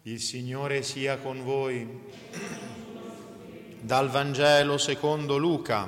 Il Signore sia con voi. Dal Vangelo secondo Luca.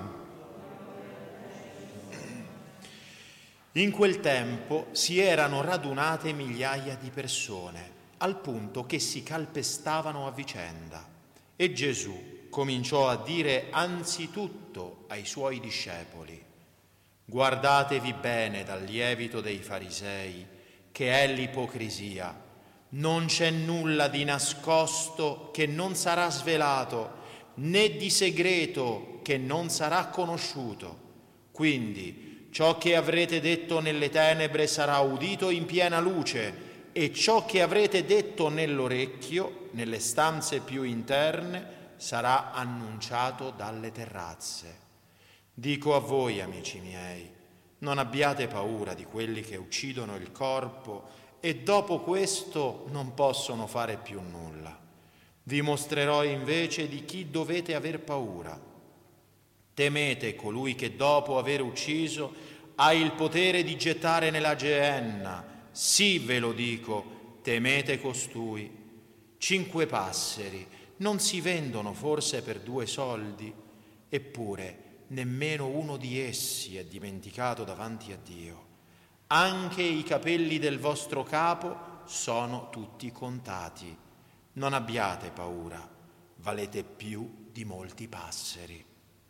In quel tempo si erano radunate migliaia di persone, al punto che si calpestavano a vicenda. E Gesù cominciò a dire anzitutto ai suoi discepoli: guardatevi bene dal lievito dei farisei, che è l'ipocrisia. Non c'è nulla di nascosto che non sarà svelato, né di segreto che non sarà conosciuto. Quindi ciò che avrete detto nelle tenebre sarà udito in piena luce, e ciò che avrete detto nell'orecchio, nelle stanze più interne, sarà annunciato dalle terrazze. Dico a voi, amici miei, non abbiate paura di quelli che uccidono il corpo e dopo questo non possono fare più nulla. Vi mostrerò invece di chi dovete aver paura. Temete colui che dopo aver ucciso ha il potere di gettare nella Geenna. Sì, ve lo dico, temete costui. 5 passeri non si vendono forse per 2 soldi? Eppure nemmeno uno di essi è dimenticato davanti a Dio. Anche i capelli del vostro capo sono tutti contati. Non abbiate paura, valete più di molti passeri.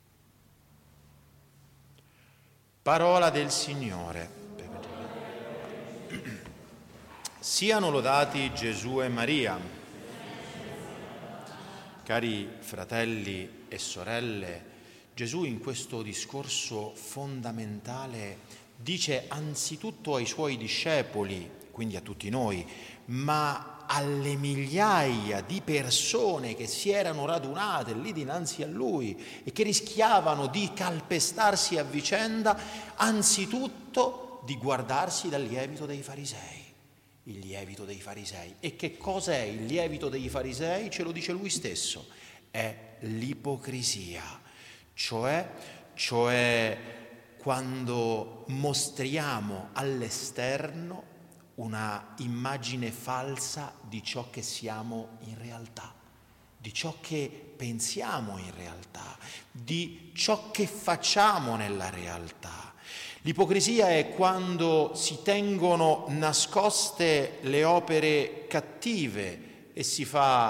Parola del Signore. Siano lodati Gesù e Maria. Cari fratelli e sorelle, Gesù in questo discorso fondamentale dice anzitutto ai suoi discepoli, quindi a tutti noi, ma alle migliaia di persone che si erano radunate lì dinanzi a lui e che rischiavano di calpestarsi a vicenda, anzitutto di guardarsi dal lievito dei farisei. Il lievito dei farisei. E che cosa è il lievito dei farisei? Ce lo dice lui stesso. È l'ipocrisia, cioè quando mostriamo all'esterno una immagine falsa di ciò che siamo in realtà, di ciò che pensiamo in realtà, di ciò che facciamo nella realtà. L'ipocrisia è quando si tengono nascoste le opere cattive e si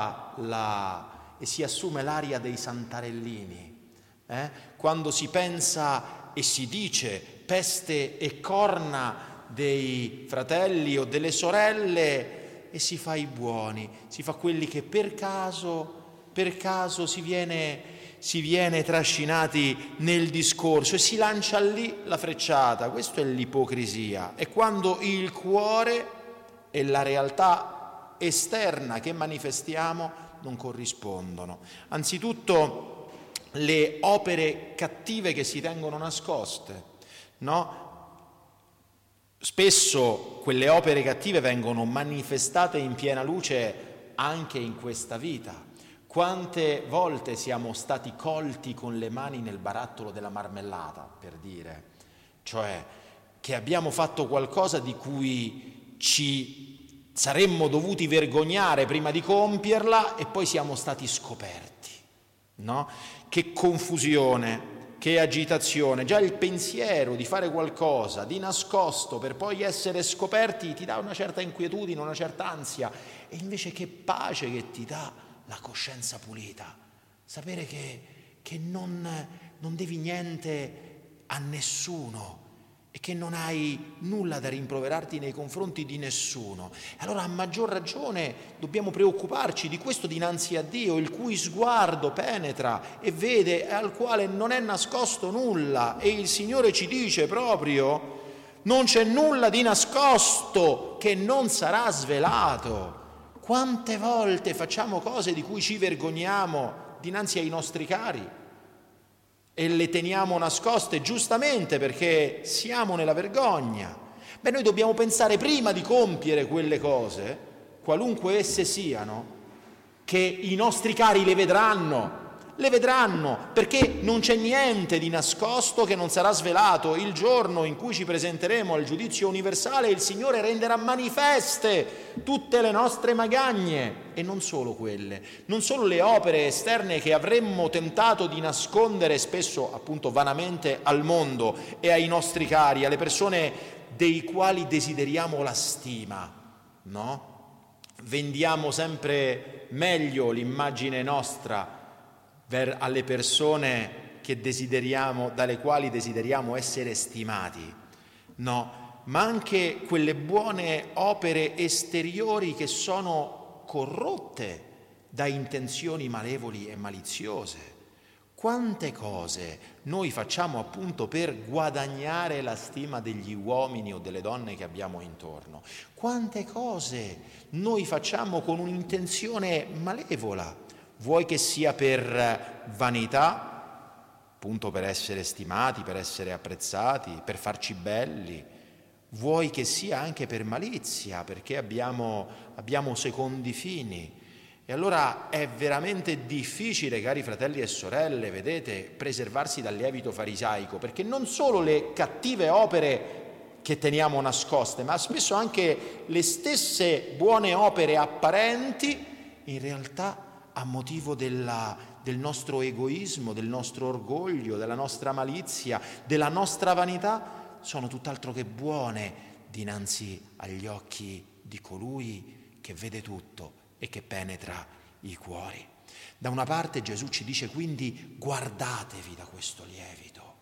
assume l'aria dei santarellini. Quando si pensa e si dice peste e corna dei fratelli o delle sorelle e si fa i buoni, si fa quelli che per caso si viene trascinati nel discorso e si lancia lì la frecciata. Questo è l'ipocrisia, è quando il cuore e la realtà esterna che manifestiamo non corrispondono. Anzitutto le opere cattive che si tengono nascoste, no? Spesso quelle opere cattive vengono manifestate in piena luce anche in questa vita. Quante volte siamo stati colti con le mani nel barattolo della marmellata, per dire, cioè che abbiamo fatto qualcosa di cui ci saremmo dovuti vergognare prima di compierla e poi siamo stati scoperti, no? Che confusione, che agitazione, già il pensiero di fare qualcosa di nascosto per poi essere scoperti ti dà una certa inquietudine, una certa ansia, e invece che pace che ti dà la coscienza pulita, sapere che non devi niente a nessuno e che non hai nulla da rimproverarti nei confronti di nessuno. Allora a maggior ragione dobbiamo preoccuparci di questo dinanzi a Dio, il cui sguardo penetra e vede e al quale non è nascosto nulla. E il Signore ci dice proprio: non c'è nulla di nascosto che non sarà svelato. Quante volte facciamo cose di cui ci vergogniamo dinanzi ai nostri cari e le teniamo nascoste giustamente perché siamo nella vergogna. Noi dobbiamo pensare prima di compiere quelle cose, qualunque esse siano, che i nostri cari le vedranno, le vedranno, perché non c'è niente di nascosto che non sarà svelato. Il giorno in cui ci presenteremo al giudizio universale, il Signore renderà manifeste tutte le nostre magagne, e non solo quelle, non solo le opere esterne che avremmo tentato di nascondere spesso appunto vanamente al mondo e ai nostri cari, alle persone dei quali desideriamo la stima, no? Vendiamo sempre meglio l'immagine nostra alle persone che desideriamo, dalle quali desideriamo essere stimati, no, ma anche quelle buone opere esteriori che sono corrotte da intenzioni malevoli e maliziose. Quante cose noi facciamo appunto per guadagnare la stima degli uomini o delle donne che abbiamo intorno? Quante cose noi facciamo con un'intenzione malevola? Vuoi che sia per vanità, appunto per essere stimati, per essere apprezzati, per farci belli, vuoi che sia anche per malizia, perché abbiamo secondi fini. E allora è veramente difficile, cari fratelli e sorelle, vedete, preservarsi dal lievito farisaico, perché non solo le cattive opere che teniamo nascoste, ma spesso anche le stesse buone opere apparenti, in realtà a motivo del nostro egoismo, del nostro orgoglio, della nostra malizia, della nostra vanità, sono tutt'altro che buone dinanzi agli occhi di colui che vede tutto e che penetra i cuori. Da una parte Gesù ci dice quindi: guardatevi da questo lievito,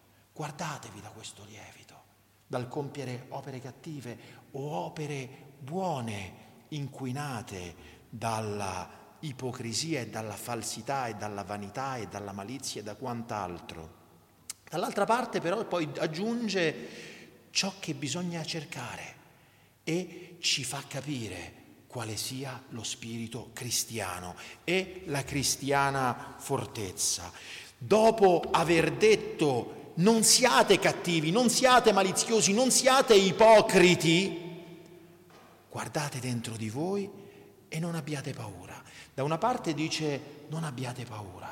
dal compiere opere cattive o opere buone, inquinate dalla ipocrisia e dalla falsità e dalla vanità e dalla malizia e da quant'altro. Dall'altra parte però poi aggiunge ciò che bisogna cercare e ci fa capire quale sia lo spirito cristiano e la cristiana fortezza. Dopo aver detto non siate cattivi, non siate maliziosi, non siate ipocriti, guardate dentro di voi e non abbiate paura. Da una parte dice non abbiate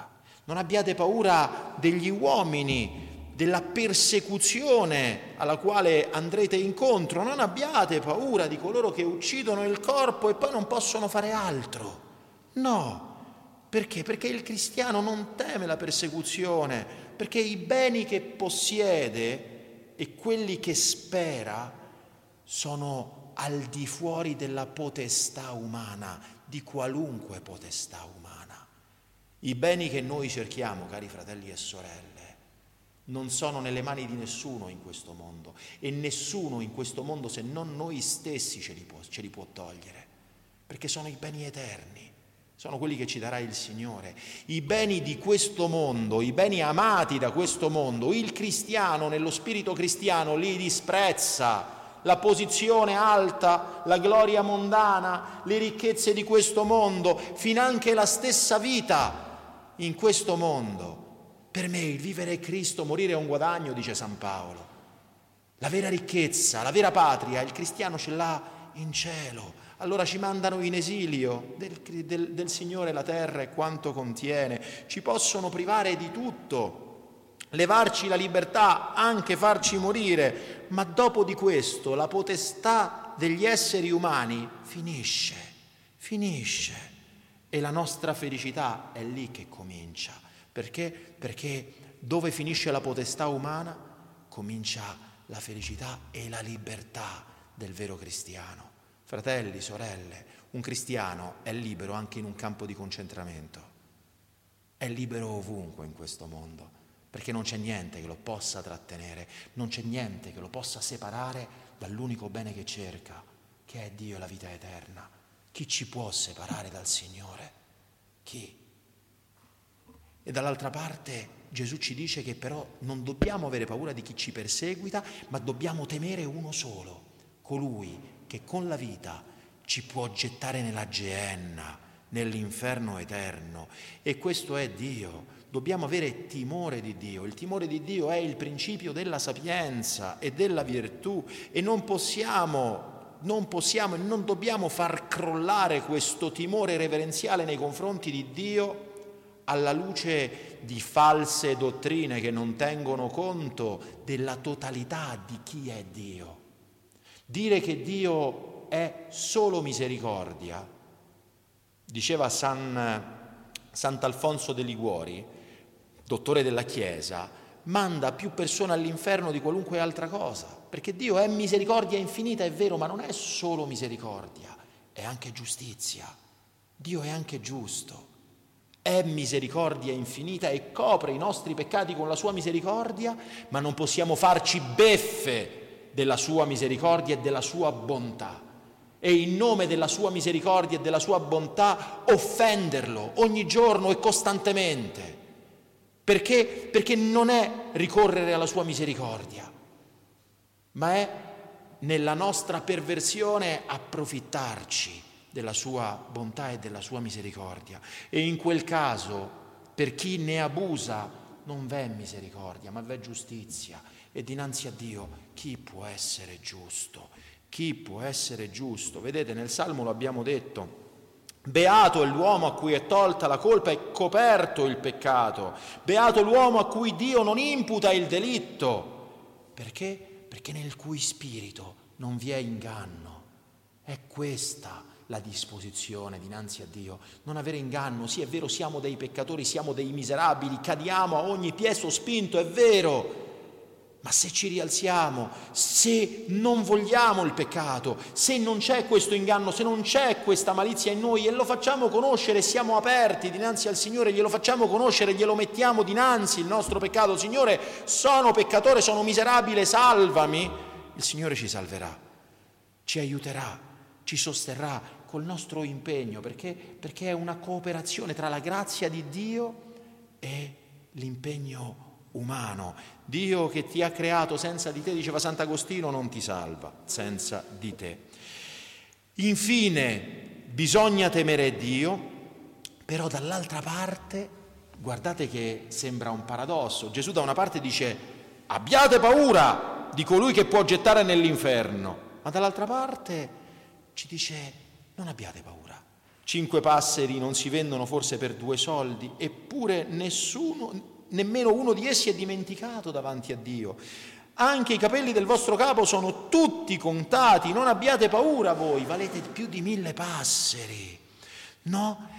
paura degli uomini, della persecuzione alla quale andrete incontro, non abbiate paura di coloro che uccidono il corpo e poi non possono fare altro. No, perché? Perché il cristiano non teme la persecuzione, perché i beni che possiede e quelli che spera sono al di fuori della potestà umana, di qualunque potestà umana. I beni che noi cerchiamo, cari fratelli e sorelle, non sono nelle mani di nessuno in questo mondo, e nessuno in questo mondo se non noi stessi ce li può togliere, perché sono i beni eterni, sono quelli che ci darà il Signore. I beni di questo mondo, i beni amati da questo mondo, il cristiano nello spirito cristiano li disprezza. La posizione alta, la gloria mondana, le ricchezze di questo mondo, finanche la stessa vita in questo mondo. Per me il vivere è Cristo, morire è un guadagno, dice San Paolo. La vera ricchezza, la vera patria, il cristiano ce l'ha in cielo. Allora ci mandano in esilio del Signore la terra e quanto contiene. Ci possono privare di tutto, levarci la libertà, anche farci morire, ma dopo di questo la potestà degli esseri umani finisce e la nostra felicità è lì che comincia. Perché? Perché dove finisce la potestà umana comincia la felicità e la libertà del vero cristiano. Fratelli, sorelle, un cristiano è libero anche in un campo di concentramento, è libero ovunque in questo mondo, perché non c'è niente che lo possa trattenere, non c'è niente che lo possa separare dall'unico bene che cerca, che è Dio e la vita eterna. Chi ci può separare dal Signore? Chi? E dall'altra parte Gesù ci dice che però non dobbiamo avere paura di chi ci perseguita, ma dobbiamo temere uno solo, colui che con la vita ci può gettare nella Geenna, nell'inferno eterno. E questo è Dio. Dobbiamo avere timore di Dio. Il timore di Dio è il principio della sapienza e della virtù, e non possiamo e non dobbiamo far crollare questo timore reverenziale nei confronti di Dio alla luce di false dottrine che non tengono conto della totalità di chi è Dio. Dire che Dio è solo misericordia, diceva Sant'Alfonso de Liguori, dottore della Chiesa, manda più persone all'inferno di qualunque altra cosa, perché Dio è misericordia infinita, è vero, ma non è solo misericordia, è anche giustizia. Dio è anche giusto, è misericordia infinita e copre i nostri peccati con la sua misericordia, ma non possiamo farci beffe della sua misericordia e della sua bontà. E in nome della sua misericordia e della sua bontà offenderlo ogni giorno e costantemente. Perché? Perché non è ricorrere alla sua misericordia, ma è nella nostra perversione approfittarci della sua bontà e della sua misericordia. E in quel caso, per chi ne abusa, non v'è misericordia, ma v'è giustizia. E dinanzi a Dio, chi può essere giusto? Chi può essere giusto? Vedete, nel Salmo lo abbiamo detto: beato è l'uomo a cui è tolta la colpa e coperto il peccato. Beato l'uomo a cui Dio non imputa il delitto. Perché? Perché nel cui spirito non vi è inganno. È questa la disposizione dinanzi a Dio, non avere inganno. Sì, è vero, siamo dei peccatori, siamo dei miserabili, cadiamo a ogni piè sospinto, è vero. Ma se ci rialziamo, se non vogliamo il peccato, se non c'è questo inganno, se non c'è questa malizia in noi e lo facciamo conoscere, siamo aperti dinanzi al Signore, glielo facciamo conoscere, glielo mettiamo dinanzi il nostro peccato: Signore, sono peccatore, sono miserabile, salvami. Il Signore ci salverà, ci aiuterà, ci sosterrà col nostro impegno, perché è una cooperazione tra la grazia di Dio e l'impegno umano. Dio che ti ha creato senza di te, diceva Sant'Agostino, non ti salva senza di te. Infine, bisogna temere Dio, però dall'altra parte, guardate che sembra un paradosso. Gesù da una parte dice: abbiate paura di colui che può gettare nell'inferno, ma dall'altra parte ci dice: non abbiate paura. 5 passeri non si vendono forse per 2 soldi, eppure nemmeno uno di essi è dimenticato davanti a Dio. Anche i capelli del vostro capo sono tutti contati, non abbiate paura voi, valete più di 1000 passeri. No,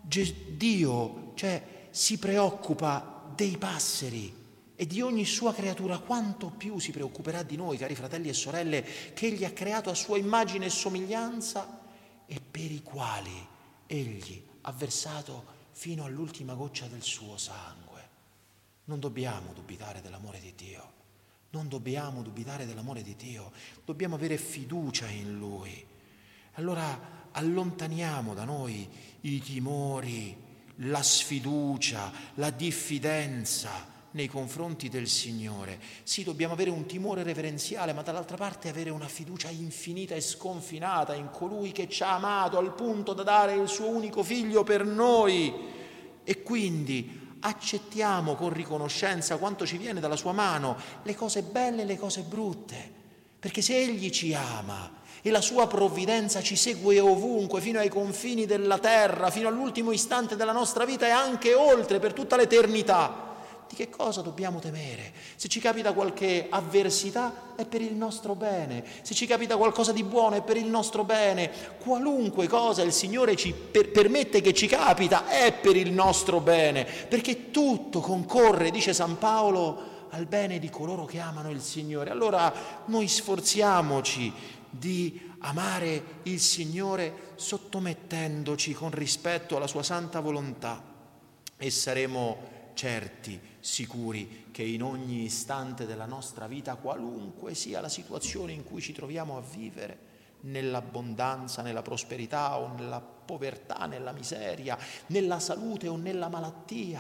Dio, si preoccupa dei passeri e di ogni sua creatura, quanto più si preoccuperà di noi, cari fratelli e sorelle, che Egli ha creato a sua immagine e somiglianza e per i quali Egli ha versato fino all'ultima goccia del suo sangue. Non dobbiamo dubitare dell'amore di Dio, non dobbiamo dubitare dell'amore di Dio, dobbiamo avere fiducia in Lui. Allora allontaniamo da noi i timori, la sfiducia, la diffidenza nei confronti del Signore. Sì, dobbiamo avere un timore reverenziale, ma dall'altra parte avere una fiducia infinita e sconfinata in colui che ci ha amato al punto da dare il suo unico figlio per noi. E quindi accettiamo con riconoscenza quanto ci viene dalla sua mano, le cose belle e le cose brutte, perché se Egli ci ama e la sua provvidenza ci segue ovunque, fino ai confini della terra, fino all'ultimo istante della nostra vita e anche oltre, per tutta l'eternità, di che cosa dobbiamo temere? Se ci capita qualche avversità è per il nostro bene, se ci capita qualcosa di buono è per il nostro bene, qualunque cosa il Signore ci permette che ci capita è per il nostro bene, perché tutto concorre, dice San Paolo, al bene di coloro che amano il Signore. Allora noi sforziamoci di amare il Signore sottomettendoci con rispetto alla sua santa volontà e saremo certi, sicuri che in ogni istante della nostra vita, qualunque sia la situazione in cui ci troviamo a vivere, nell'abbondanza, nella prosperità o nella povertà, nella miseria, nella salute o nella malattia,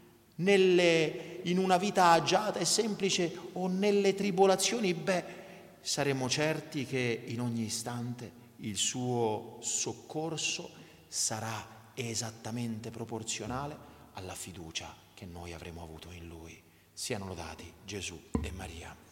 in una vita agiata e semplice o nelle tribolazioni, saremo certi che in ogni istante il suo soccorso sarà esattamente proporzionale alla fiducia che noi avremo avuto in Lui. Siano lodati Gesù e Maria.